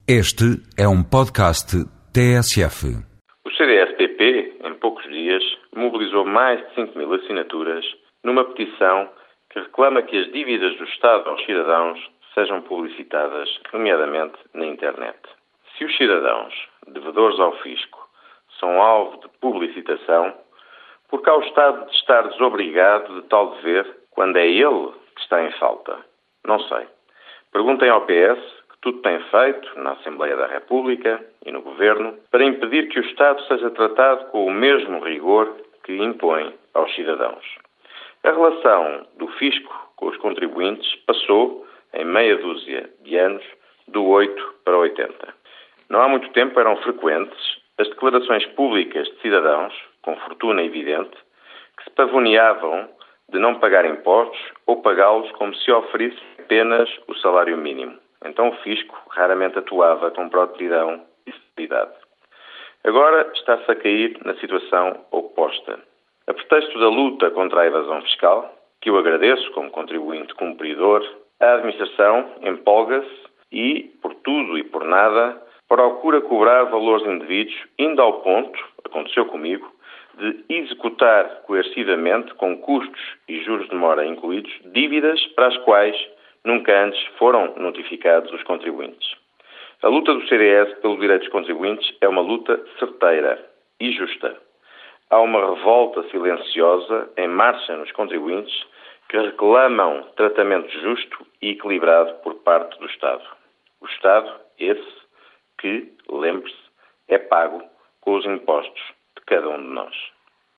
Este é um podcast TSF. O CDS-PP, em poucos dias, mobilizou mais de 5.000 assinaturas numa petição que reclama que as dívidas do Estado aos cidadãos sejam publicitadas, nomeadamente na internet. Se os cidadãos, devedores ao fisco, são alvo de publicitação, por que há o Estado de estar desobrigado de tal dever quando é ele que está em falta? Não sei. Perguntem ao PS, que tudo tem feito na Assembleia da República e no Governo para impedir que o Estado seja tratado com o mesmo rigor que impõe aos cidadãos. A relação do fisco com os contribuintes passou, em meia dúzia de anos, do 8 para 80. Não há muito tempo eram frequentes as declarações públicas de cidadãos, com fortuna evidente, que se pavoneavam de não pagar impostos ou pagá-los como se oferisse apenas o salário mínimo. Então o fisco raramente atuava com prontidão e celeridade. Agora está-se a cair na situação oposta. A pretexto da luta contra a evasão fiscal, que eu agradeço como contribuinte cumpridor, a administração empolga-se e, por tudo e por nada, procura cobrar valores indevidos, indo ao ponto, aconteceu comigo, de executar coercivamente, com custos e juros de mora incluídos, dívidas para as quais nunca antes foram notificados os contribuintes. A luta do CDS pelos direitos dos contribuintes é uma luta certeira e justa. Há uma revolta silenciosa em marcha nos contribuintes que reclamam tratamento justo e equilibrado por parte do Estado. O Estado, esse que, lembre-se, é pago com os impostos de cada um de nós.